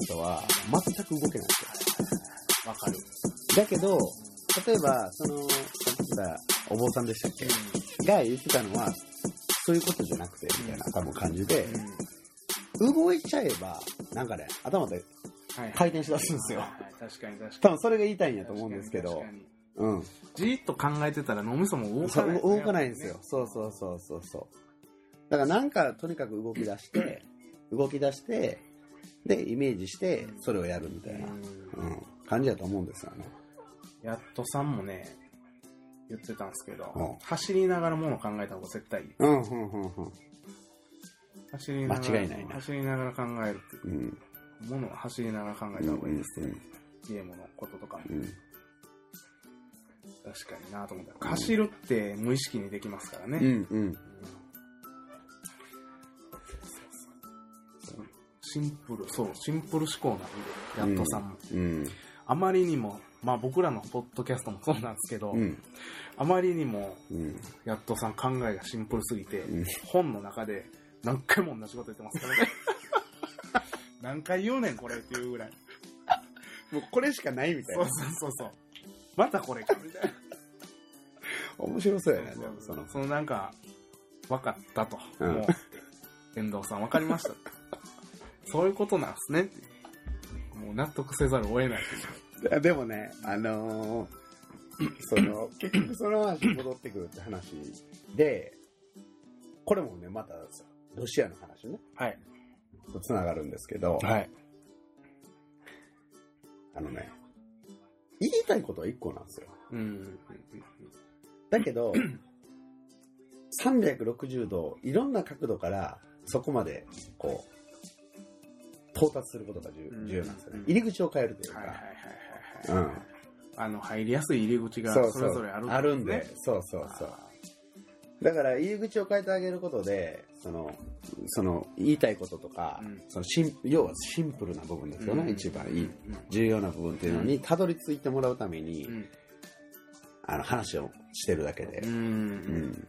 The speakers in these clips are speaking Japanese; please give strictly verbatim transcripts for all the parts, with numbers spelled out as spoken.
トは全く動けないんですよ。わかる。 だけど、例えば、その、お坊さんでしたっけ、うん、が言ってたのは、そういうことじゃなくて、みたいな多分感じで、うん、動いちゃえば、なんかね、頭で回転しだすんですよ。 はいはいはい、確かに確かに。 多分それが言いたいんやと思うんですけど、うん。 じーっと考えてたら脳みそも動かない、ね、 動かないんですよ。そうそうそうそうそう。だからなんかとにかく動き出して、動き出して、で、イメージして、それをやるみたいな、うん、感じだと思うんですよね。 やっとさんもね、言ってたんですけど、 うん、 走りながらものを考えた方が絶対いい。 うんうんうんうん。 走りながら間違いないな。 走りながら考えるっていう。うん、ものは走りながら考えた方がいいですね。うんうん、ゲームのこととかも。うん、確かになと思ったら、走るって無意識にできますからね。 うんうんうん、 シンプル、そう、シンプル思考なんで、やっとさんも。 うんうん、 あまりにも、まあ僕らのポッドキャストもそうなんですけど、うん、あまりにも、うん、やっとさん考えがシンプルすぎて、うん、本の中で何回も同じこと言ってますからね。何回言うねんこれっていうぐらい。 もうこれしかないみたいな。 そうそうそうそう。またこれかみたいな。 面白そうやね。 そうそうその、そのなんか、分かったと。うん、もう、遠藤さん分かりました。そういうことなんですね。もう納得せざるを得ない。 でもね、あのー、その、結局その話に戻ってくるって話で、これもね、またロシアの話ね。 はい。 とつながるんですけど、 はい。 あのね、言いたいことは一個なんですよ。 うん。 だけど、さんびゃくろくじゅうど、いろんな角度からそこまで、こう、到達することが重要なんですよね。入り口を変えるというか。はいはいはいはい。うん。 あの、入りやすい入り口がそれぞれあるんですね。 あるんで、そうそうそう。だから入り口を変えてあげることで、その、その言いたいこととか、うん、そのシン要はシンプルな部分ですよね、うん、一番いい、うん、重要な部分っていうのにたどり着いてもらうために、うん、あの話をしてるだけで、うんうん、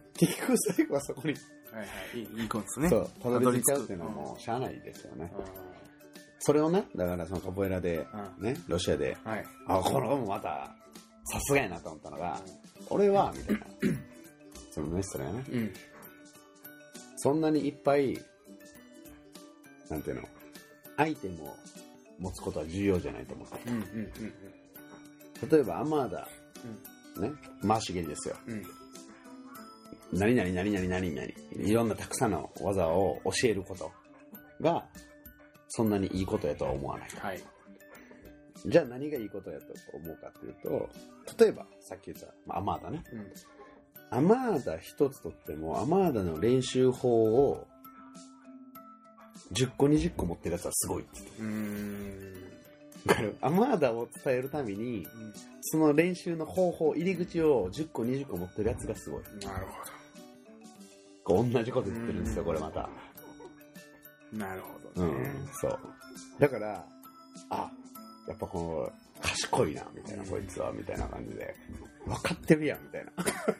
結局最後はそこに、 はいはい、いいことですね。 そう、たどり着くっていうのはもうしゃあないですよね。それをね、だからそのカポエラで、ね、ロシアで、はい、あ、この子もまた、さすがやなと思ったのが、俺は、みたいな。そのね、それがね、うん。そんなにいっぱい、なんていうの、アイテムを持つことは重要じゃないと思って。うんうんうんうん、例えば、アマーダ、うん、ね、回し蹴りですよ。うん、何々何々何々、いろんなたくさんの技を教えることが、そんなにいいことやとは思わない。はい。じゃあ何がいいことやと思うかっていうと、例えばさっき言った、まあ、アマーダね、うん、アマーダ一つとってもアマーダの練習法をじゅっこにじゅっこ持ってるやつはすごいって言って。うーん。だからアマーダを伝えるために、うん、その練習の方法、入り口をじゅっこにじゅっこ持ってるやつがすごい。 なるほど。 こう同じこと言ってるんですよ、これまた。 なるほどね。 うん、そう。だから、あ、やっぱこの、賢いな、みたいな、こいつは、みたいな感じで、分かってるやん、みたいな。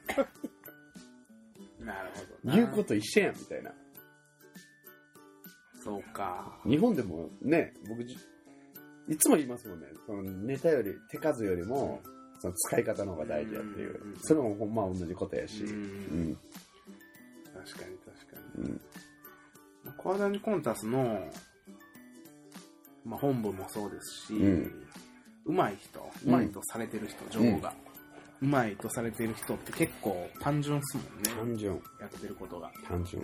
なるほどな。 言うこと一緒やん、みたいな。 そうか。 日本でもね、僕、いつも言いますもんね、そのネタより、手数よりも、その使い方の方が大事やっていう。うんうん、それもほんま同じことやし。うんうん、 確かに確かに。うんコアダニコンタスの、まあ、本部もそうですし、うん、上手い人、上手いとされてる人、情報が、うん、上手いとされてる人って結構単純っすもんね。 単純。 やってることが。 単純。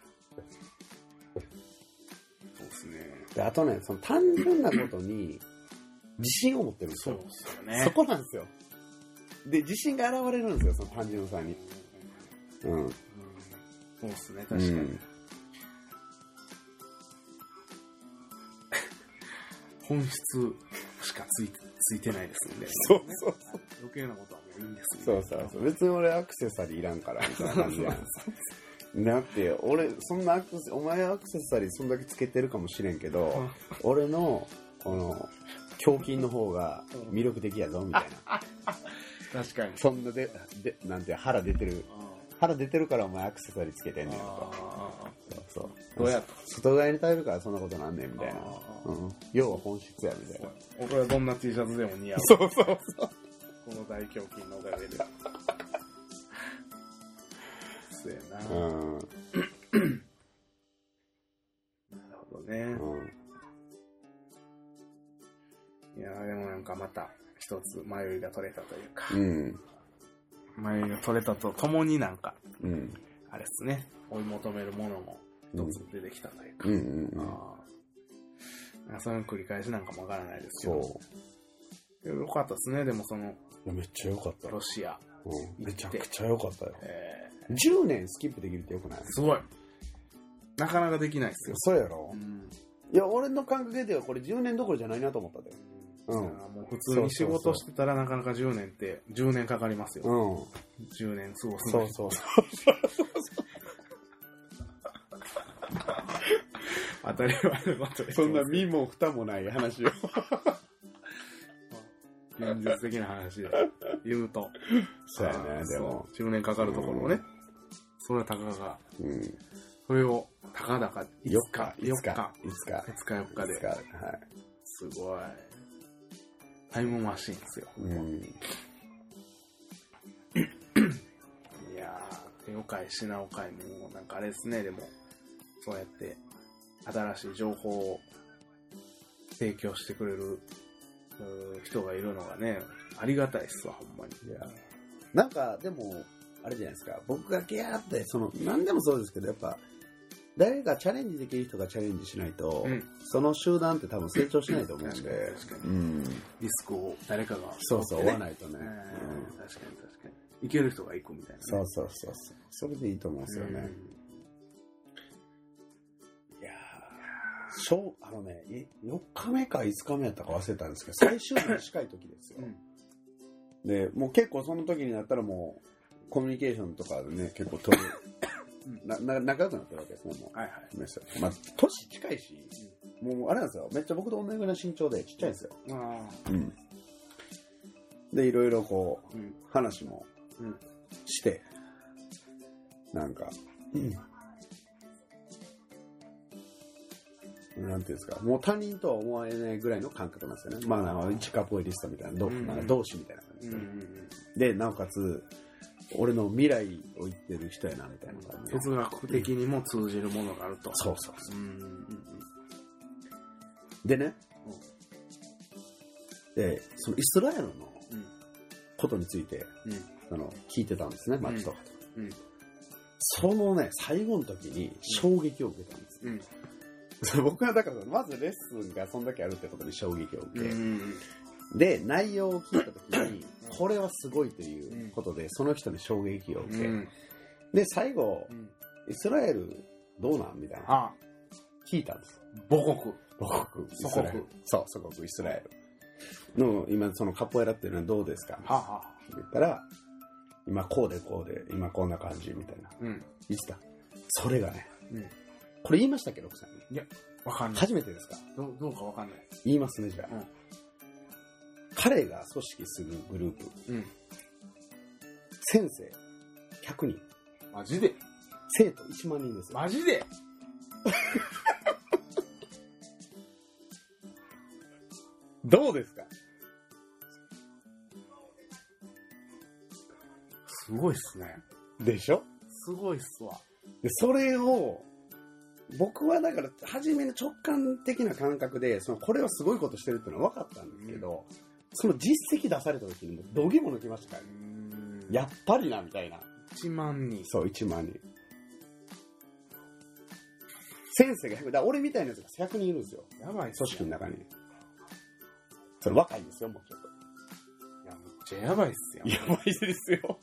そうですね。 で、あとね、その単純なことに自信を持ってるんですよ。 そうですよね。 そこなんですよ。で、自信が現れるんですよ、その単純さに。うん。うん、 そうですね、確かに。うん本質しかついて、ついてないですんで。 そうそうそう。 余計なことはもういいんですよ、ね。そうそうそう。別に俺アクセサリーいらんから、みたいな感じやん。だって、俺、そんなアクセ、お前アクセサリーそんだけつけてるかもしれんけど、俺の、この、胸筋の方が魅力的やぞ、みたいな。 確かに。 そんなで、で、なんて腹出てる。腹出てるからお前アクセサリーつけてんねんと。そうそう。 どうやと。 外側に食べるからそんなことなんねん、みたいな。 うん、要は本質やみたいな。 俺はどんな T シャツでも似合う。 そうそうそう。 この大胸筋のおかげで。そうやな。うん。なるほどね。うん、いやでもなんかまた一つ迷いが取れたというか。うん。迷いが取れたとともになんか、うん、あれですね。追い求めるものも一つ出てきたというか。うんうんうん、あその繰り返しなんかもわからないですけど。そう。よかったですね、でもその。 いやめっちゃよかった。 ロシア。 うん、めちゃくちゃよかったよ。えー、じゅうねんスキップできるってよくない？ すごい。なかなかできないですよ。 そうやろ、うん、いや、俺の感覚ではこれじゅうねんどころじゃないなと思ったで。 うん。もう普通に仕事してたらなかなかじゅうねんってじゅうねんかかりますよ。うん。じゅうねん過ごすのに。そうそうそう。当たり前のことです。 そんな身も蓋もない話を。 現実的な話で言うと。 そうやね、でも。 じゅうねんかかるところをね。うん、それはたかが。うん。それを、たかだか、いつか、 いつか、いつか、 いつかよっかで。いつか、はい。すごい。タイムマシーンですよ。うん。いやー、手を変え、品を変え、もうなんかあれですね、でも、そうやって、新しい情報を提供してくれる人がいるのがね、ありがたいっすわ、ほんまに。いや、 なんかでもあれじゃないですか、僕がギャーってその何でもそうですけど、やっぱ誰かチャレンジできる人がチャレンジしないと、うん、その集団って多分成長しないと思うんで、確かに確かに、うん、 リスクを誰かが、ね、 そうそう追わないとね、うん、 確かに確かにいける人が行くみたいな、ね、 そうそうそうそう、それでいいと思うんですよね。うん、あのね、よっかめかいつかめやったか忘れたんですけど、最終日に近い時ですよ。うん、で、もう結構その時になったらもう、コミュニケーションとかでね、結構取る、なな仲良くなってるわけですね、もう。はいはい。まあ、年近いし、うん、もうあれなんですよ、めっちゃ僕と同じぐらいの身長でちっちゃいんですよ。あうん、で、いろいろこう、うん、話もして、なんか、うんなんていうんですか、もう他人とは思えないぐらいの感覚なんですよね。まあ、一カポエリストみたいな、うんなんか同志みたいな感じで、うんうん、で、なおかつ、俺の未来を言ってる人やな、みたいな感じで。 哲学的にも通じるものがあると。 そうそうそう。うんうん、でね、うん、で、そのイスラエルのことについて、うん、その聞いてたんですね、街とかと、うんうん。そのね、最後の時に衝撃を受けたんです。うん僕はだからまずレッスンがそんだけあるってことに衝撃を受け、うん、で内容を聞いた時にこれはすごいということでその人に衝撃を受け、うん、で最後、うん、イスラエルどうなんみたいな聞いたんです。 母国母国祖国そう祖国イスラエルの今そのカポエラっていうのはどうですか、はあはあ、言ったら今こうでこうで今こんな感じみたいな、うん、言ってた。それがね、うんこれ言いましたっけ、奥さんに。 いや、わかんない。 初めてですか？ ど, どうかわかんない。 言いますね、じゃあ。うん、彼が組織するグループ。うん、先生、ひゃくにん。 マジで？ 生徒いちまんにんですよ。 マジで？ どうですか？ すごいっすね。 でしょ？ すごいっすわ。 で、それを、僕はだから初めの直感的な感覚でそのこれはすごいことしてるっていうのは分かったんですけど、うん、その実績出された時にどぎも抜きましたから、ね、やっぱりなみたいな。 いちまんにん。 そういちまんにん。先生がひゃくだ俺みたいなやつがひゃくにんいるんですよ。 やばいっすね。 組織の中に。それ若いですよもうちょっと。 いやめっちゃやばいっすよ。 やばいですよ。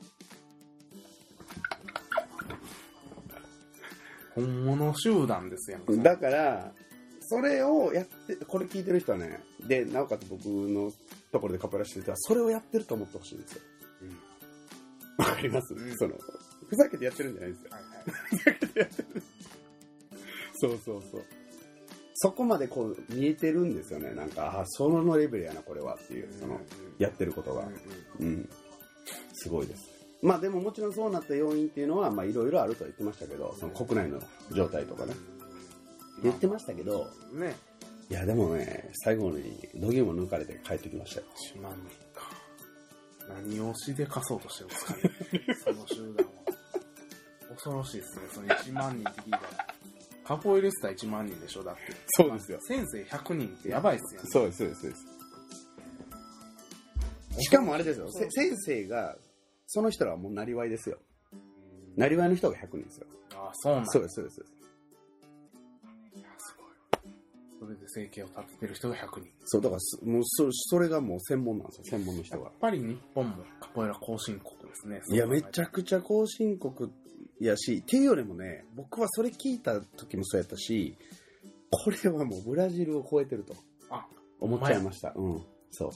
本物集団ですやん。 だからそれをやってこれ聞いてる人はねでなおかつ僕のところでカポエラしてる人はそれをやってると思ってほしいんですよ。わ、うん、かります、うん、そのふざけてやってるんじゃないですよ、はいはい、ふざけてやってるそうそうそうそこまでこう見えてるんですよね。なんかあそのレベルやなこれはっていうそのやってることが、うんうんうん、すごいです。まあでももちろんそうなった要因っていうのはまあいろいろあるとは言ってましたけどその国内の状態とかね言ってましたけど、ね、 いやでもね、最後に度肝抜かれて帰ってきましたよ。 いちまんにんか。何をしで貸そうとしてるんですかね。その集団は。恐ろしいですね、そのいちまんにんって聞いたら。カポエリスタいちまんにんでしょ、だって。 そうですよ。 先生ひゃくにんってやばいっすよね。 そうです、そうです、そうです。しかもあれですよ、先生が、その人らはもうなりわいですよ。なりわいの人がひゃくにんですよ。 ああ、そうなんだ。 そうです、そうです。 いや、すごい。それで生計を立ててる人がひゃくにん。 そう、だから、もうそ、それがもう専門なんですよ、専門の人が。 やっぱり日本もカポエラ後進国ですね。 いや、めちゃくちゃ後進国やし、っていうよりもね、僕はそれ聞いた時もそうやったし、これはもうブラジルを超えてると思っちゃいました。うん、そう。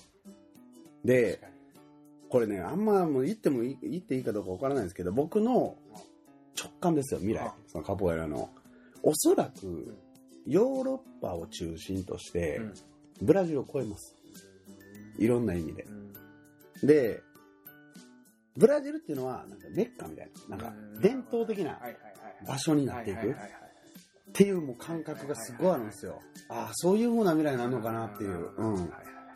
で、これね、あんまもう言ってもいい、言っていいかどうかわからないんですけど、僕の直感ですよ、未来。そのカポエラの。おそらく、ヨーロッパを中心として、ブラジルを超えます。いろんな意味で。で、ブラジルっていうのは、なんかメッカみたいな、なんか伝統的な場所になっていくっていうもう感覚がすごいあるんですよ。ああ、そういう風な未来になるのかなっていう。うん。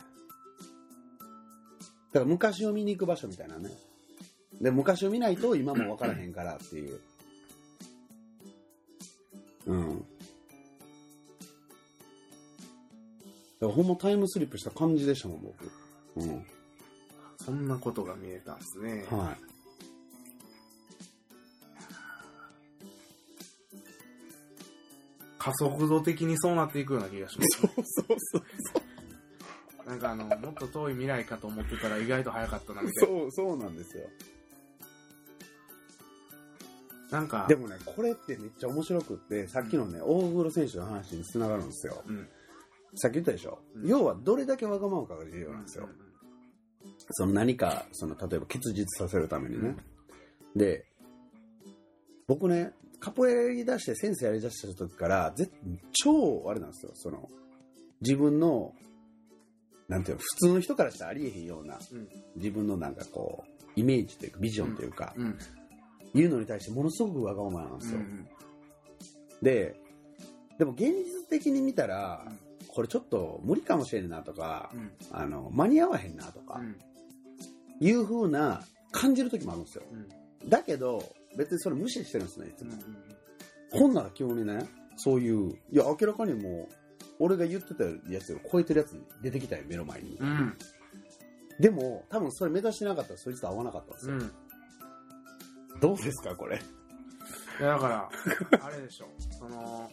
だから昔を見に行く場所みたいなね。で、昔を見ないと今も分からへんからっていう。うん。だからほんまタイムスリップした感じでしたもん、僕。うん。 そんなことが見えたんですね。 はい。 加速度的にそうなっていくような気がします。 そうそうそうそう。 なんかあの、もっと遠い未来かと思ってたら意外と早かったなみたいな。 そう、そうなんですよ。 なんか。 でもね、これってめっちゃ面白くって、さっきのね、大黒選手の話につながるんですよ。うん、さっき言ったでしょ、うん、要はどれだけわがままかが重要なんですよ。うんうんうん、その何か、その例えば結実させるためにね。うん、で、僕ね、カポエラやり出して先生やり出した時から、ぜ超あれなんですよ。その、自分の、なんていうの、普通の人からしたらありえへんような、うん、自分のなんかこう、イメージというか、ビジョンというか、うんうん、いうのに対してものすごくわがままなんですよ。うんうん、で、でも現実的に見たら、うん、これちょっと無理かもしれんなとか、うん、あの、間に合わへんなとか、うん、いう風な感じる時もあるんですよ。うん、だけど、別にそれ無視してるんですね、いつも。うんうん、ほんなら急にね、そういう、いや、明らかにもう、俺が言ってたやつを超えてるやつ出てきたよ、目の前に。うん、でも、多分それ目指してなかったらそいつと合わなかったんですよ。うん、どうですか、これ。 いや、だから、あれでしょ。その、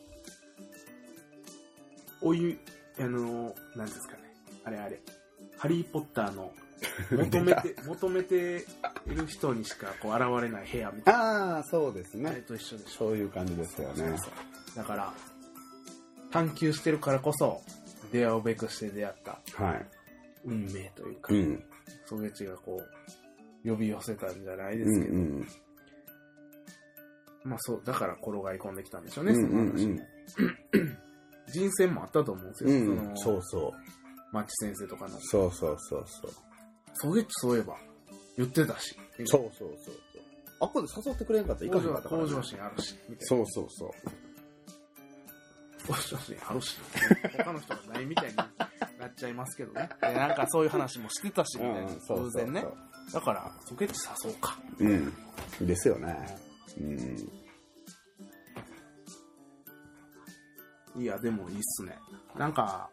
お湯、あの、なんですかね。あれあれ。ハリーポッターの、求めて、求めている人にしかこう現れない部屋みたいな。 ああ、そうですね。 あれと一緒でしょ。 そういう感じですよね。そうそうそう。 だから、探求してるからこそ、出会うべくして出会った、はい、運命というか、うん、ソゲチがこう、呼び寄せたんじゃないですけど、うんうん、まあそう、だから転がり込んできたんでしょうね、うんうんうん、その話も。人選もあったと思うんですよ、うん、そのそうそう。 マッチ先生とかの。 そうそうそうそう。 ソゲチそういえば、言ってたし。 そうそうそうそう。あ、ここで誘ってくれんかったらいかへんかったから、 ね。向上心あるし。みたいな。 そうそうそう。 向上心あるし。他の人がないみたいになっちゃいますけどね。でなんかそういう話もしてたし、みたいな。うん、そうそうそう。偶然ね。だから、ソゲチ誘おうか。 うん。ですよね。うん。 いや、でもいいっすね。なんか、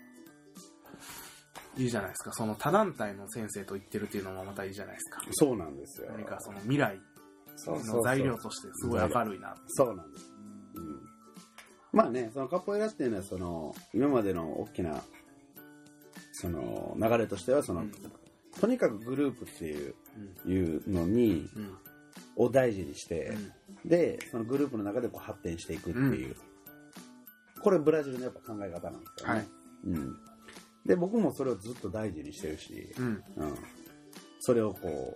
いいじゃないですか。その他団体の先生と言ってるっていうのもまたいいじゃないですか。 そうなんですよ。 何かその未来の材料としてすごい明るいな。 そうなんです。うん、まあね、そのカポエラっていうのはその今までの大きなその流れとしてはその、うん、とにかくグループっていう、うん、いうのに、うん、を大事にして、うん、でそのグループの中でこう発展していくっていう、うん、これブラジルのやっぱ考え方なんですよね。はい、うん。で僕もそれをずっと大事にしてるし、うんうん、それをこ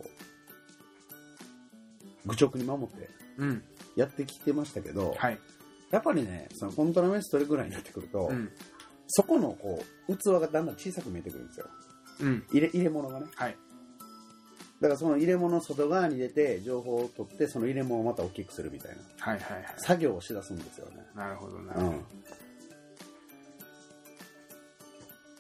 う愚直に守ってやってきてましたけど、うんはい、やっぱりねそのコントラメストレぐらいになってくると、うん、そこのこう器がだんだん小さく見えてくるんですよ、うん、入れ入れ物がね、はい、だからその入れ物の外側に出て情報を取ってその入れ物をまた大きくするみたいな、はいはいはい、作業をしだすんですよね。 なるほどなるほど、うん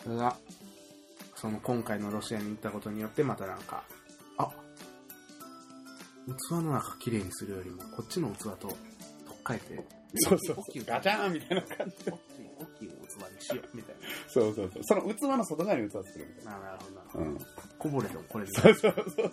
それがその今回のロシアに行ったことによってまたなんか、あ、器の中きれいにするよりもこっちの器と取っ替えて、 そうそうそう、ガチャーンみたいな感じで大きい大きい器にしようみたいな。 そうそうそう、その器の外側に器作るみたいな。 なるほどなるほど、うん、こぼれてもこれで。 そうそうそうそう。なる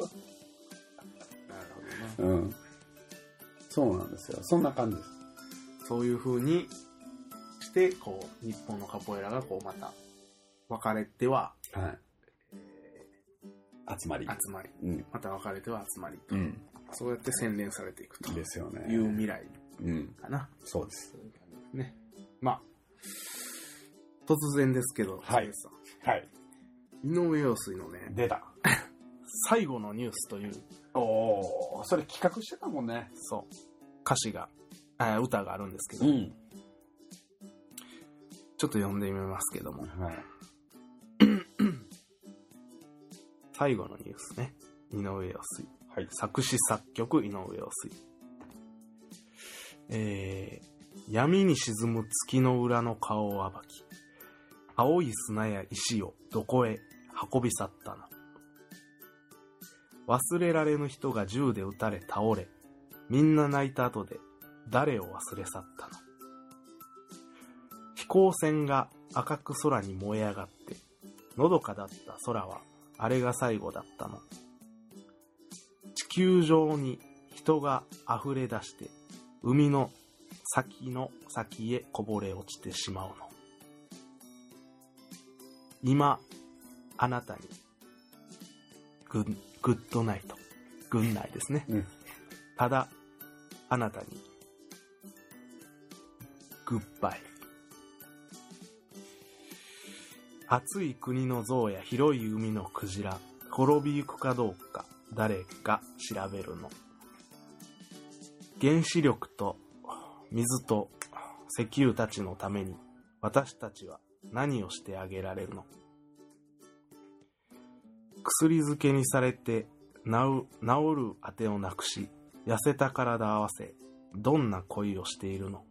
ほどね。 うん。そうなんですよ。そんな感じです。 そういう風にしてこう日本のカポエラがこうまた分かれては、はい、 えー、集まり集まり、 うん、 また分かれては集まりと、 うん、 そうやって洗練されていくとですよね。 いう未来かな。 うん、そうです。 そういう感じですね。まあ突然ですけど、 はい、はい、 井上陽水のね出た最後のニュースという、 おお、それ企画してたもんね。 そう歌詞があ歌があるんですけど、うん、ちょっと読んでみますけども、はい、最後のニュースね。井上陽水、はい、作詞作曲井上陽水。えー、闇に沈む月の裏の顔を暴き、青い砂や石をどこへ運び去ったの。忘れられぬ人が銃で撃たれ倒れ、みんな泣いた後で誰を忘れ去ったの。飛行船が赤く空に燃え上がって、のどかだった空はあれが最後だったの。地球上に人が溢れ出して、海の先の先へこぼれ落ちてしまうの。今、あなたにグッ、グッドナイト、グッナイですね。うん、ただ、あなたにグッバイ。暑い国の象や広い海のクジラ、滅びゆくかどうか誰が調べるの。原子力と水と石油たちのために私たちは何をしてあげられるの。薬漬けにされて治る、治るあてをなくし、痩せた体合わせ、どんな恋をしているの。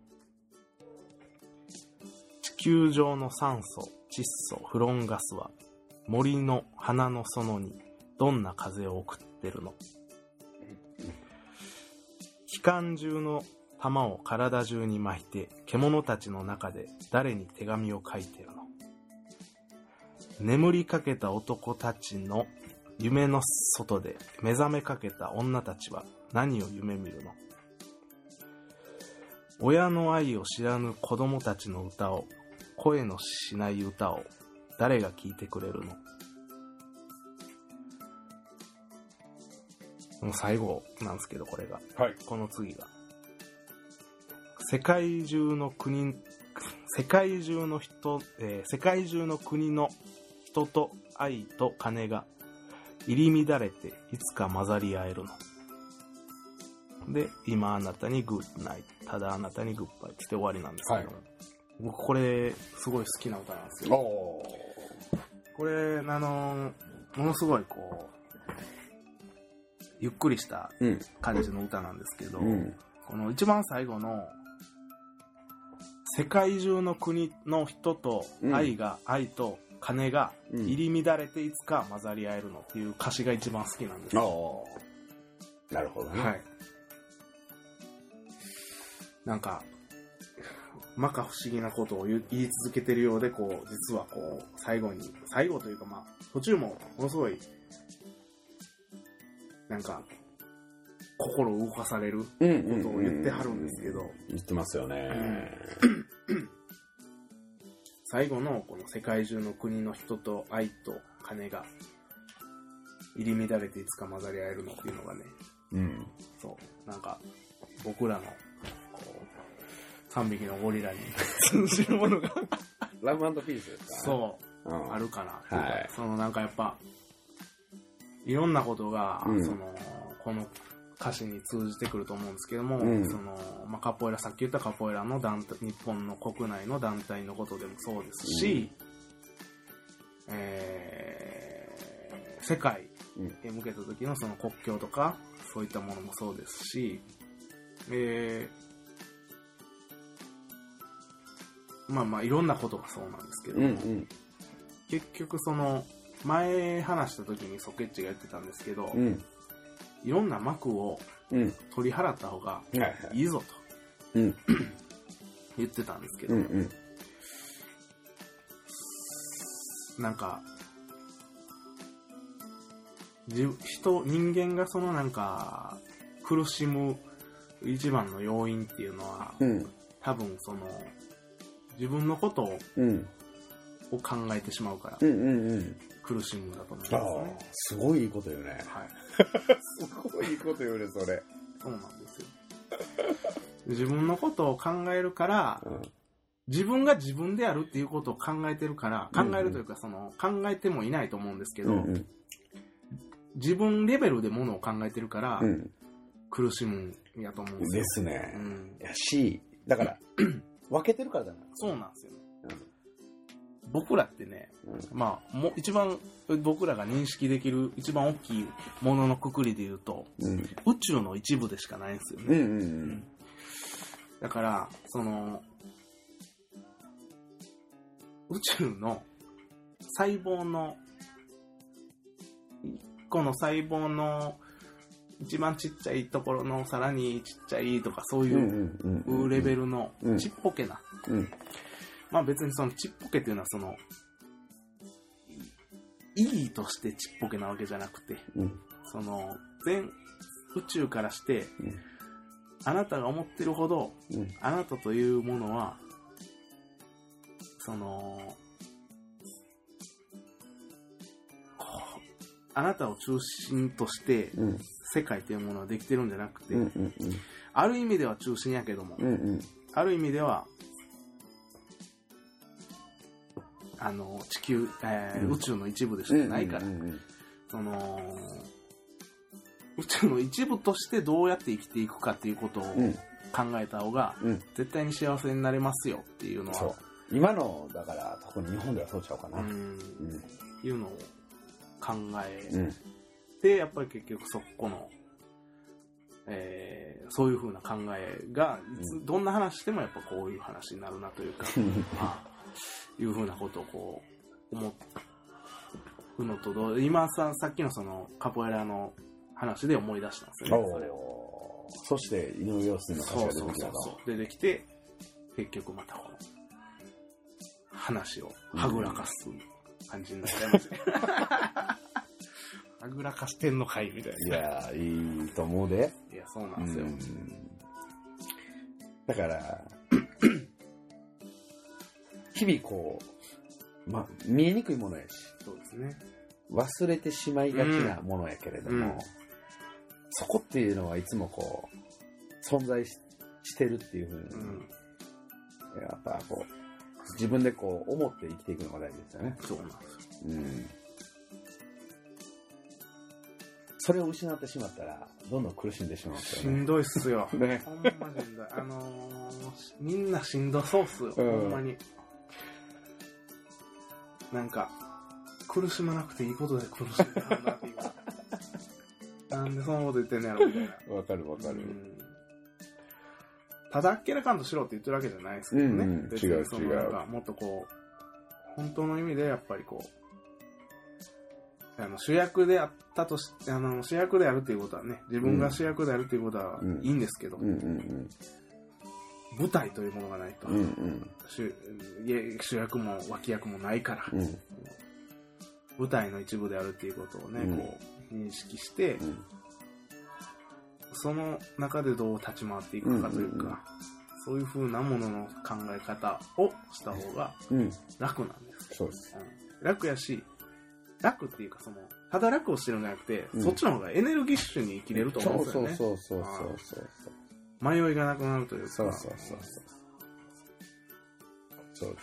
地球上の酸素、窒素、フロンガスは森の花の園にどんな風を送ってるの。機関銃の弾を体中に巻いて獣たちの中で誰に手紙を書いてるの。眠りかけた男たちの夢の外で目覚めかけた女たちは何を夢見るの。親の愛を知らぬ子供たちの歌を、声のしない歌を誰が聞いてくれるの。もう最後なんですけど、これが、はい、この次が世界中の国世界中の人、えー、世界中の国の人と愛と金が入り乱れていつか混ざり合えるの。で、今あなたにグッナイト、ただあなたにグッバイって終わりなんですけど、はい、僕これすごい好きな歌なんですよ。これあのものすごいこうゆっくりした感じの歌なんですけど、うん、この一番最後の世界中の国の人と愛が、うん、愛と金が入り乱れていつか混ざり合えるのっていう歌詞が一番好きなんですよ。 なるほどね。はい。 なんか摩訶不思議なことを言い続けてるようで、こう実はこう最後に最後というか、まあ途中もものすごいなんか心を動かされることを言ってはるんですけど、 言ってますよね。 うん最後のこの世界中の国の人と愛と金が入り乱れていつか混ざり合えるのっていうのがね、うん、そうなんか僕らのこうさんびきのゴリラに通じるものがラブ&ピースですか、ね、 そう、うん、あるかなっていうか、 はい、 そのなんかやっぱいろんなことが、うん、そのこの歌詞に通じてくると思うんですけども、うん、そのまあ、カポエラ、さっき言ったカポエラの団体、日本の国内の団体のことでもそうですし、うん、えー、世界へ向けた時のその国境とかそういったものもそうですし、えー、まあまあいろんなことがそうなんですけども、うんうん、 結局その、前話した時にソケッチが言ってたんですけど、 うん、 いろんな幕を取り払った方がいいぞと、うん、言ってたんですけど、うんうん、なんか、人、人間がそのなんか、苦しむ一番の要因っていうのは、うん、多分その、自分のことを、うん、を考えてしまうから、うんうんうん、苦しむんだと思うんですね。 すごいいいこと言うね。はい。すごいいいこと言うね、それ。 そうなんですよ。自分のことを考えるから、うん、自分が自分であるっていうことを考えてるから、考えるというか、その、考えてもいないと思うんですけど、うんうん、自分レベルでものを考えてるから、うん、苦しむんやと思うんですよ。 ですね。うん、やし、だから、分けてるからだな。 そうなんですよ。僕らってね、うん、まあも一番僕らが認識できる一番大きいもののくくりで言うと、うん、宇宙の一部でしかないんですよね、うんうんうん、だからその宇宙の細胞の一個の細胞の一番ちっちゃいところのさらにちっちゃいとかそういうレベルのちっぽけな、うんうん、まあ別にそのちっぽけっていうのはその意義としてちっぽけなわけじゃなくて、うん、その全宇宙からして、うん、あなたが思ってるほど、うん、あなたというものはそのあなたを中心として、うん、世界というものはできてるんじゃなくて、うんうんうん、ある意味では中心やけども、うんうん、ある意味ではあの地球、えーうん、宇宙の一部でしかないから、うんうんうんうん、その宇宙の一部としてどうやって生きていくかっていうことを考えた方が、うん、絶対に幸せになれますよっていうのは、 そう今のだから特に日本ではそうちゃうかな、うんうん、 いうのを考え、うん、でやっぱり結局そこの、えー、そういう風な考えがいつ、うん、どんな話してもやっぱこういう話になるなというかまあいう風なことをこう思うのと今ささっきのそのカポエラの話で思い出したんですよね。それをそして井上陽水の歌詞が出てきたと出てきて結局またこの話をはぐらかす感じになっちゃいましたね。はぐらかしてんのかいみたいな。 いやいいと思うで。 いやそうなんですよ。 だから日々こう、まあ、見えにくいものやし、 そうですね。 忘れてしまいがちなものやけれども、うん、そこっていうのはいつもこう、存在 し, してるっていうふうに、うん、やっぱこう、自分でこう、思って生きていくのが大事ですよね。 そうなんですよ。うん。 それを失ってしまったら、どんどん苦しんでしまうんですよね。しんどいっすよ。ね、ほんましんどい。あのー、みんなしんどそうっすよ、うん、ほんまに。なんか苦しまなくていいことで苦しんでるんだっていうなんでそんなこと言ってんのやろみたいな。 わかるわかる、うん、 ただっけらかんとしろって言ってるわけじゃないですけどね、うんうん、 違う違うなんかもっとこう本当の意味でやっぱりこうあの主役であったとしあの主役であるっていうことはね自分が主役であるっていうことはいいんですけど、うんうんうんうん舞台というものがないと、うんうん、主, 主役も脇役もないから、うん、舞台の一部であるっていうことをね、うん、こう認識して、うん、その中でどう立ち回っていくかというか、うんうんうん、そういう風なものの考え方をした方が楽なんです。 うん、そうです、 うん。楽やし、楽っていうかそのただ楽をしてるんじゃなくて、うん、そっちの方がエネルギッシュに生きれると思うんですよね。 そうそうそうそうそうそう。 迷いがなくなるというか。 そうそうそうそう。そうです。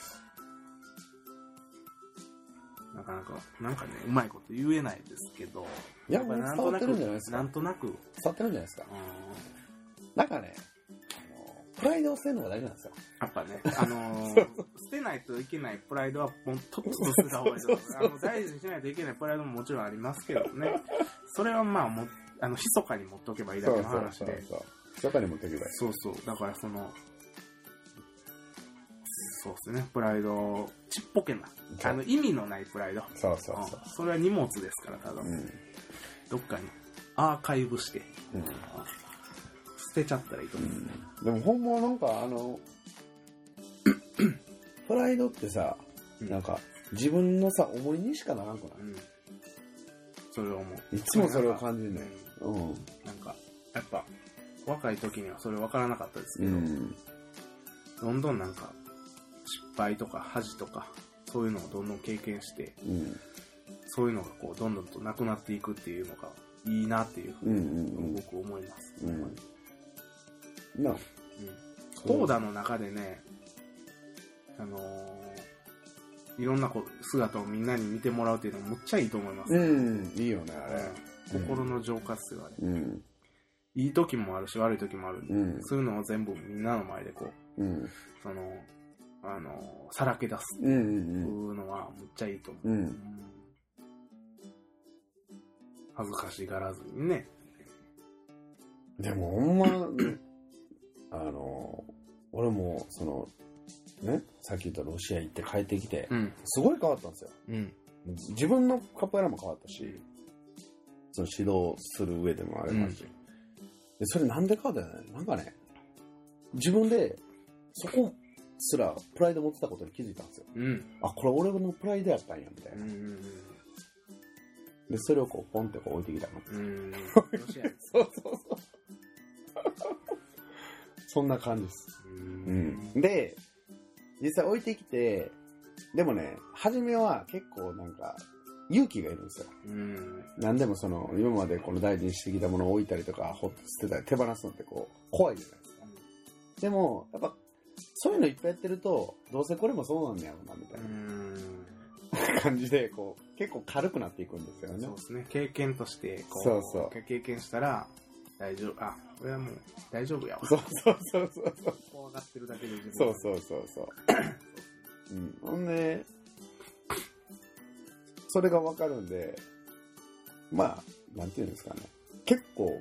なかなか、なんかね、うまいこと言えないですけど。 いや、もう伝わってるんじゃないですか。 なんとなく。伝わってるんじゃないですか。うん、なんかね、あの、プライドを捨てるのが大事なんですよ。 やっぱね、あのー、捨てないといけないプライドは、もうとっとと捨てた方がいいと思う。あの、大事にしないといけないプライドももちろんありますけどね。それはまあ、もあの、密かに持っておけばいいだけの話で。 そうそうそうそう。密かに持っておけばいい。 そうそう。だからその、 そうですね。プライド、ちっぽけな。あの、意味のないプライド。 そうそうそう。 うん、それは荷物ですから、ただ、うん。どっかにアーカイブして、うん、捨てちゃったらいいと思う。うん、 でもほんまなんかあの、プライドってさ、うん、なんか自分のさ、重りにしかならんくない、うん、 それを思う。 いつもそれを感じるね。うん。 なんか、やっぱ、若い時にはそれ分からなかったですけど、うん、どんどんなんか、失敗とか恥とか、そういうのをどんどん経験して、うん、そういうのがこう、どんどんとなくなっていくっていうのがいいなっていうふうに僕思います。うんうんうん。な、うん。コーダの中でね、あのー、いろんなこ姿をみんなに見てもらうっていうのもむっちゃいいと思います。 うん、いいよね、あれ。 うん、心の浄化っすよ、あれ。うん、いい時もあるし、悪い時もあるんで、うん、そういうのを全部みんなの前でこう、うん、その、あのー、さらけ出すっていうのはむっちゃいいと思う。うんうん、恥ずかしがらずにね。 でもほんま、あのー、俺も、その、ね、さっき言ったロシア行って帰ってきて、うん、すごい変わったんですよ、うん。自分のカポエラも変わったし、その指導する上でもありますし、うん、でそれなんで変わったんやね。なんかね、自分でそこすらプライド持ってたことに気づいたんですよ。うん、あ、これ俺のプライドやったんやみたいな。うんうんうん、でそれをこうポンってこう置いてきたの。うん、ロシアそうそうそう。そんな感じです。うん、で。実際置いてきて、でもね、初めは結構なんか勇気がいるんですよ。うん、何でもその今までこの大事にしてきたものを置いたりとか、ほっと捨てたり手放すのってこう怖いじゃないですか。うん、でもやっぱそういうのいっぱいやってると、どうせこれもそうなんねやろなみたいな、うん、感じでこう結構軽くなっていくんですよね。 そうですね。経験としてこうそうそう経験したら大丈夫。あ、これはもう大丈夫やわ。 そうそうそうそうそう。 怖がってるだけで自分そうそうそうそう。うん。ほんで、それがわかるんで、まあ、なんていうんですかね。結構、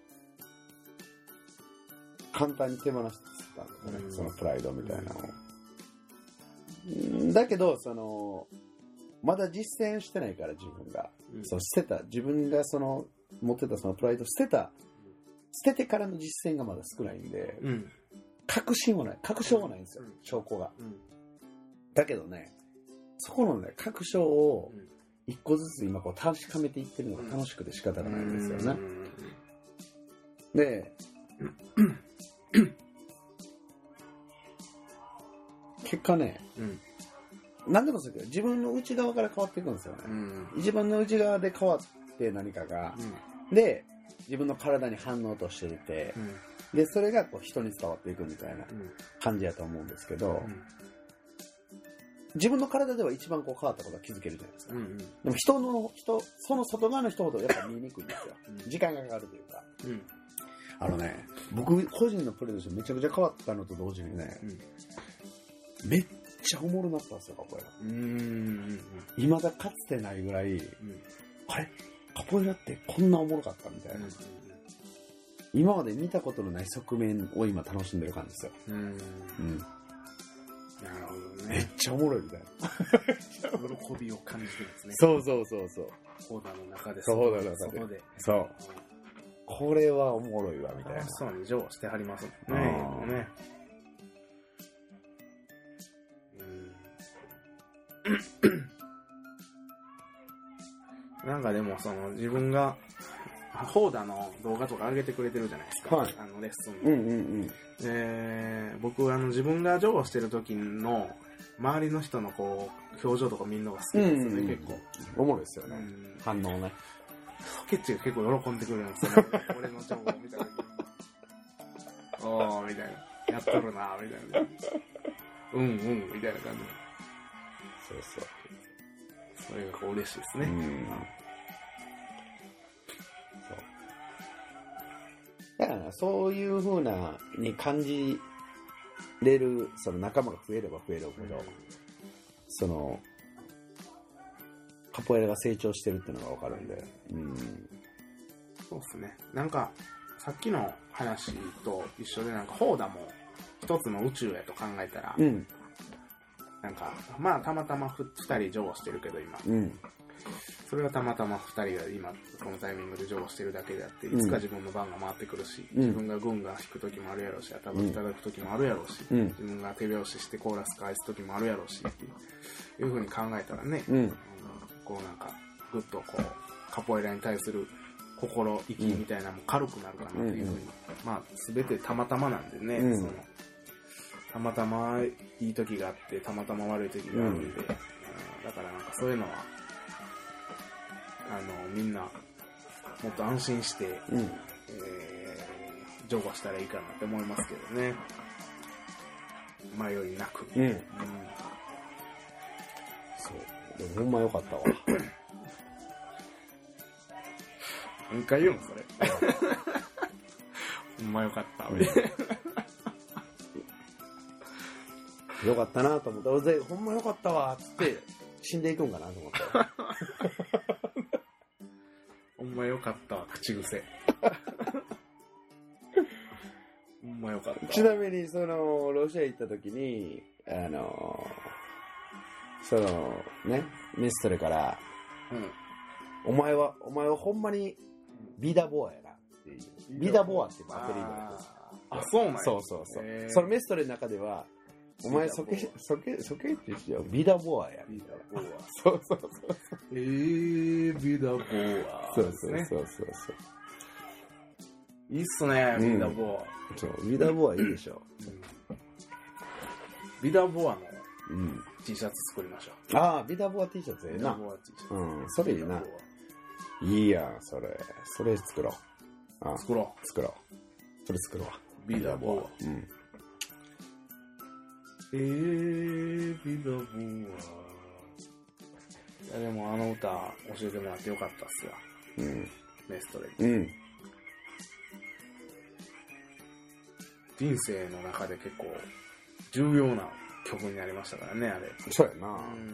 簡単に手放してたんですよね。そのプライドみたいなのを。うん、だけど、その、まだ実践してないから自分が。うん、そう捨てた、自分がその、持ってたそのプライド捨てた、捨ててからの実践がまだ少ないんで、うん、確信もない、確証もないんですよ、うん、証拠が、うん。だけどね、そこのね、確証を一個ずつ今こう確かめていってるのが楽しくて仕方がないんですよね。うん、で、結果ね、うん、何でもそうだけど、自分の内側から変わっていくんですよね。うん、自分の内側で変わって何かが、うん、で、自分の体に反応としていて、うん、でそれがこう人に伝わっていくみたいな感じやと思うんですけど、うん、自分の体では一番こう変わったことは気づけるじゃないですか。うんうん、でも人の人その外側の人ほどやっぱ見えにくいんですよ。うん、時間がかかるというか、うん、あのね、僕個人のプレーとしてめちゃくちゃ変わったのと同時にね、うん、めっちゃおもろなったんですよ、カポエラ。うーん、未だかつてないぐらい、うん、あれカポエラってこんなおもろかったみたいな、うん、今まで見たことのない側面を今楽しんでる感じですよ。うん、うん、なるほどね。めっちゃおもろいみたいな喜びを感じてるんですね。 そうそうそうそう。 コーダの中でそうコーダの中で外でそう、うん、これはおもろいわみたいな。 楽しそうに上してはりますもんね。ね、なんかでもその自分がホーダの動画とか上げてくれてるじゃないですか、はい、あのレッスン、うんうんうん、で僕あの自分が上をしてる時の周りの人のこう表情とか見るのが好きですよね、うんうん、結構おもろいですよね、うん、反応ね。 ケッチが結構喜んでくれるんですよね俺の情を見た時におーみたいな、やっとるなみたいなうんうんみたいな感じで、 そうそう、 それがこう嬉しいですね。うん、 そうだからそういう風なに感じれるその仲間が増えれば増えるほど、うん、そのカポエラが成長してるっていうのが分かるんで、うん、 そうですね。なんかさっきの話と一緒で、なんかホーダも一つの宇宙やと考えたら、うん、 なんか、まあたまたまふたり乗してるけど今。うん。それはたまたまふたりが今、このタイミングで乗してるだけであって、いつか自分の番が回ってくるし、うん、自分が軍が弾く時もあるやろうし、頭いただく時もあるやろうし、うん、自分が手拍子してコーラス返す時もあるやろうし、っていう風に考えたらね、うん、こうなんか、ぐっとこう、カポエラに対する心意気みたいなのも軽くなるかなっていう風に、うん、まあ全てたまたまなんでね、うん、そのたまたまいい時があって、たまたま悪い時があるんで、うん、だからなんかそういうのは、あの、みんな、もっと安心して、うん、えー、乗馬したらいいかなって思いますけどね。迷いなく。うん。うん、 そう。でもほんまよかったわ。 何回言うのそれ。ほんまよかった。うん、 よかったなと思った。俺ほんまよかったわって死んでいくんかなと思った。 ほんまよかったわ、口癖。ほんまよかった。 ちなみに、その、ロシア行った時に、あの、その、ね、ミストレから、うん、お前は、お前はほんまにビダボアやなっていう。ビダボアってバッテリーがあるんです。 あ、そうなんや。 そうそうそう。そのメストレの中では、お前、そけ、そけ、そけって言ってよ。ビダボアや。 ビダボア。 そうそうそう。 えー、ビダボア。 そうそうそうそうそう。 いいっすね、ビダボア。 そう、ビダボアいいでしょ。うん、 ビダボアの T シャツ作りましょう。ああ、ビダボア T シャツええな。ビダボア T シャツ。うん、それいいな。いいやん、それ。それ作ろう。 あ作ろう。作ろう。それ作ろう。 ビダボア。うん。えー、ビダボア。いや、でもあの歌教えてもらってよかったっすわ。うん。メストレ。うん。人生の中で結構重要な曲になりましたからね、あれ。 そうやな。うん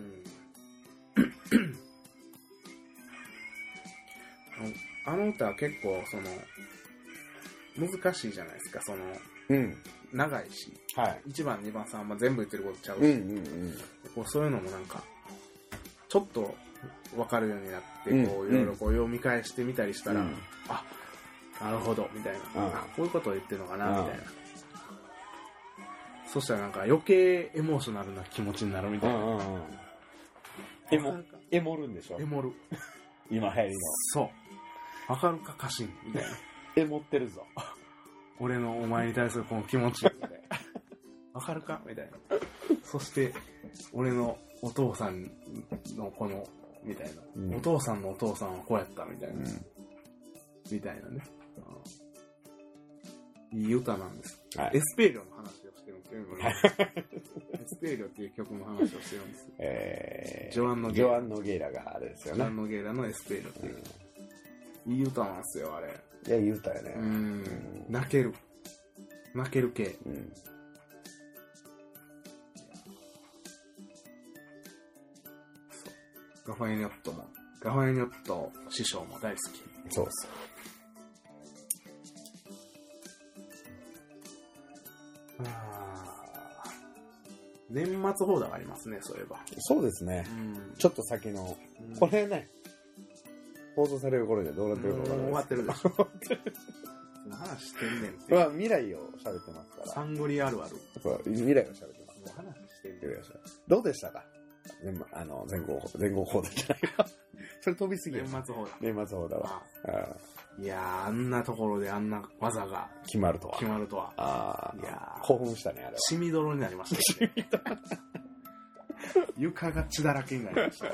あの歌は結構その難しいじゃないですか、その、うん、長いし、はい、いちばんにばんさんばん全部言ってることちゃうし、うんうんうん、こうそういうのもなんかちょっと分かるようになって、うん、こういろいろこう読み返してみたりしたら、うん、あ、なるほどみたいな、うん、あ、こういうことを言ってるのかなみたいな、うん、そしたらなんか余計エモーショナルな気持ちになるみたいな、うんうんうん、 エモエモるんでしょ。 エモる。 今流行りの。 そう。わかるか家臣みたいな。 エモってるぞ。 俺のお前に対するこの気持ちみたいな。わかるかみたいな。そして俺のお父さんのこのみたいな、うん、お父さんのお父さんはこうやったみたいな、うん、みたいなね。いい歌なんです。はい、エスペーリョの話をしてるんですよ。エスペーリョっていう曲の話をしてるんです。えー、ジョアンノゲイラ。 ジョアンノゲイラがあれですよね。 ジョアンノゲイラのエスペーリョっていう。うん、いい歌なんですよ、あれ。 いや、いい歌やね。うん。 うん、泣ける。泣ける系。うん。ガファエニョットも、ガファエニョット師匠も大好き。 そうそう。 年末放題ありますね、そういえば。 そうですね。うん、ちょっと先の、うん、これね、放送される頃にはどうなってるか分からない。 終わってるでしょ。その話してんねんって。 まあ、未来を喋ってますから。 サンゴリあるある。 未来を喋ってます。もう話してんねん。 どうでしたか？あの、前後、前後放題じゃないか。それ飛びすぎる。 年末放題。 年末放題は。ああいやー、あんなところであんな技が決まるとは。 決まるとは。 ああ。いやー、興奮したね、あれは。 血みどろになりましたね。床が血だらけになりました。うん、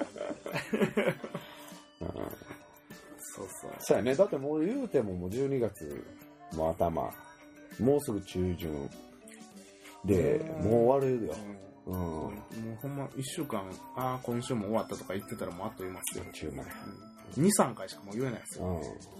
そうそう。 そうやね。だってもう言うてももうじゅうにがつも頭、もうすぐ中旬で、もう終わるよ。うん。うん、もうほんまいっしゅうかん、ああ、今週も終わったとか言ってたらもうあっという間ですよ。 中年。 うん、に、さんかいしかもう言えないですよ。うん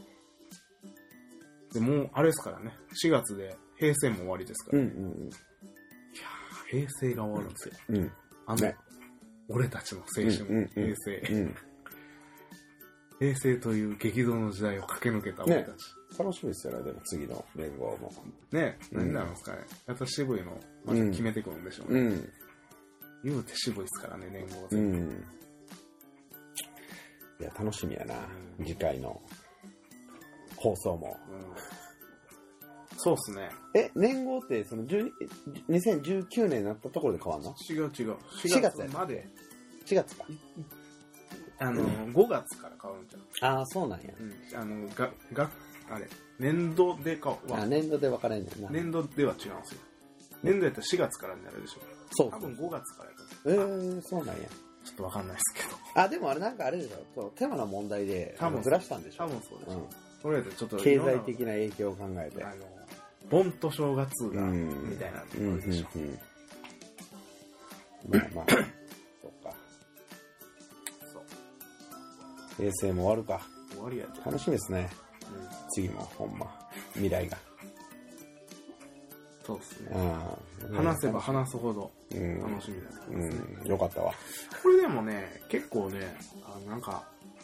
でもうあれですからね、しがつで平成も終わりですからね。うんうんうん、いや平成が終わるんですよ。うん、あの、ね、俺たちの青春、うんうんうん、平成、うん。平成という激動の時代を駆け抜けた俺たち。ね、 楽しみですよね、でも次の連合も。 ね、何なんですかね。やっぱ渋いのまた決めてくるんでしょうね。うんうん、 言うて渋いですからね、年号うん。いや、楽しみやな、うん、次回の放送も。うん、 そうっすね。 え、年号ってそのにせんじゅうきゅうねんになったところで変わんの？ 違う違う。 しがつまで。 しがつか。 あの、うん、ごがつから変わるんじゃん。 ああ、そうなんや。 うん。あの、が、が、あれ、年度で変わる。 あ、年度で分かれんねんな。 年度では違うんですよ。年度やったらしがつからになるでしょ。 そう。 多分ごがつからやった。 ええー、そうなんや。 ちょっと分かんないですけど。 あ、でもあれなんかあれでしょ。そう、手間の問題で、多分ずらしたんでしょ。 多分そうです。うん。それでちょっと経済的な影響を考えて。あの、 盆と正月が、みたいなところでしょ。うんうんうん、 まあまあ、そっか。そう。平成も終わるか。 終わりやで。 楽しみですね。うん、次も、ほんま。未来が。 そうですね。話せば話すほど楽しみだね、 うんうん。よかったわ。 これでもね、結構ね、あなんか、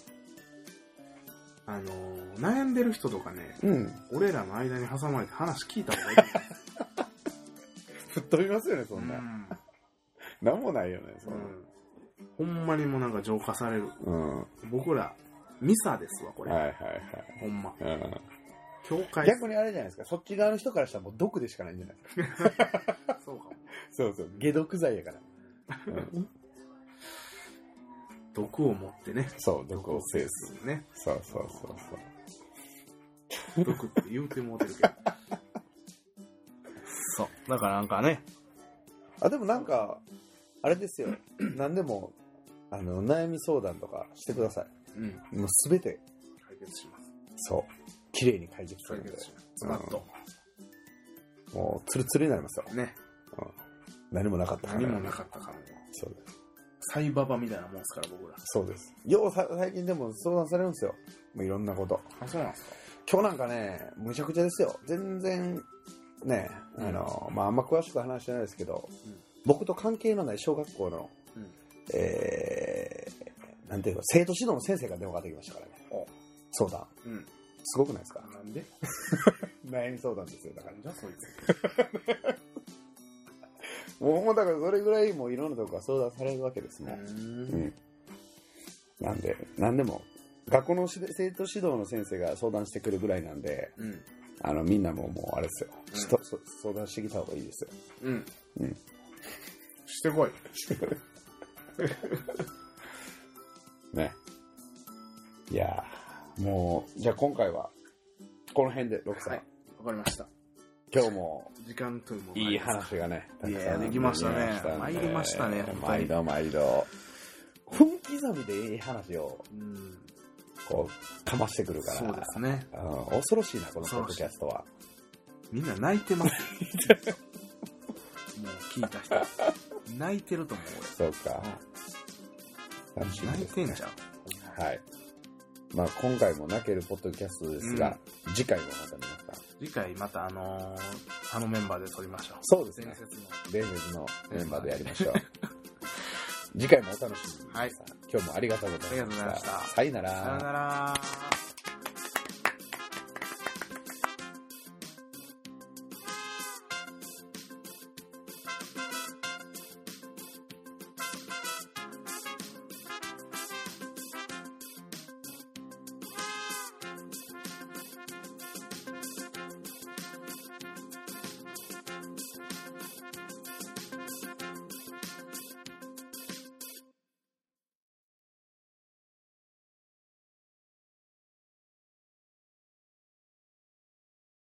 あのー、悩んでる人とかね、うん、俺らの間に挟まれて話聞いた方がいい。 吹っ飛びますよね、そんな。うん、なんもないよね、そんな、 うん。ほんまにもうなんか浄化される。うん、僕ら、ミサですわ、これ。はいはいはい。ほんま。うん教会逆にあれじゃないですか、そっち側の人からしたらもう毒でしかないんじゃないですか。 そうかも。 そうそう、解毒剤やから。うん、 毒を持ってね。 そう、毒を制するね。そうそうそうそう。毒って言うてもうてるけど。そう。だからなんかね。 あ、でもなんか、あれですよ。何でも、あの、悩み相談とかしてください。うん。もうすべて。 解決します。 そう。綺麗に解決するので。 ズバッと。 もう、ツルツルになりますよ。 ね。 うん。何もなかったから。何もなかったからね。 そうです。 サイババみたいなもんですから、僕ら。 そうです。ようさ、最近でも相談されるんですよ。もういろんなこと。 あ、そうなんですか。 今日なんかね、むちゃくちゃですよ。全然、ね、あの、うん、まあ、あんま詳しく話してないですけど、うん、僕と関係のない小学校の、うん、えー、なんていうか、生徒指導の先生が電話がかかってきましたからね。相談。うん。すごくないですか？ なんで悩み相談ですよ、だから。 じゃあそいつ。もうだからそれぐらいもういろんなとこから相談されるわけですもん。うん。なんで、なんでも、学校の生徒指導の先生が相談してくるぐらいなんで、うん、あのみんなももうあれですよ、うん、相談してきた方がいいですよ。うん。 うん。してこい。してこい。ね。いやー、もう、じゃあ今回は、この辺で、ロクさん。はい、 わかりました。 今日も、 時間というもいい話がね、 いや、できましたね。参りましたね。 毎度毎度。分刻みでいい話を、うん、こう、かましてくるから。 そうですね。 恐ろしいな、このポッドキャストは。 みんな泣いてますよ。もう聞いた人。泣いてると思う、 俺。そうか。 うん、泣いてんじゃん。 はい。まあ今回も泣けるポッドキャストですが、うん、次回もまた見ますか？ 次回またあのー、あのメンバーで撮りましょう。 そうですね。伝説のメンバーでやりましょう。次回もお楽しみに。はい。今日もありがとうございました。ありがとうございました。さよなら。 さよなら。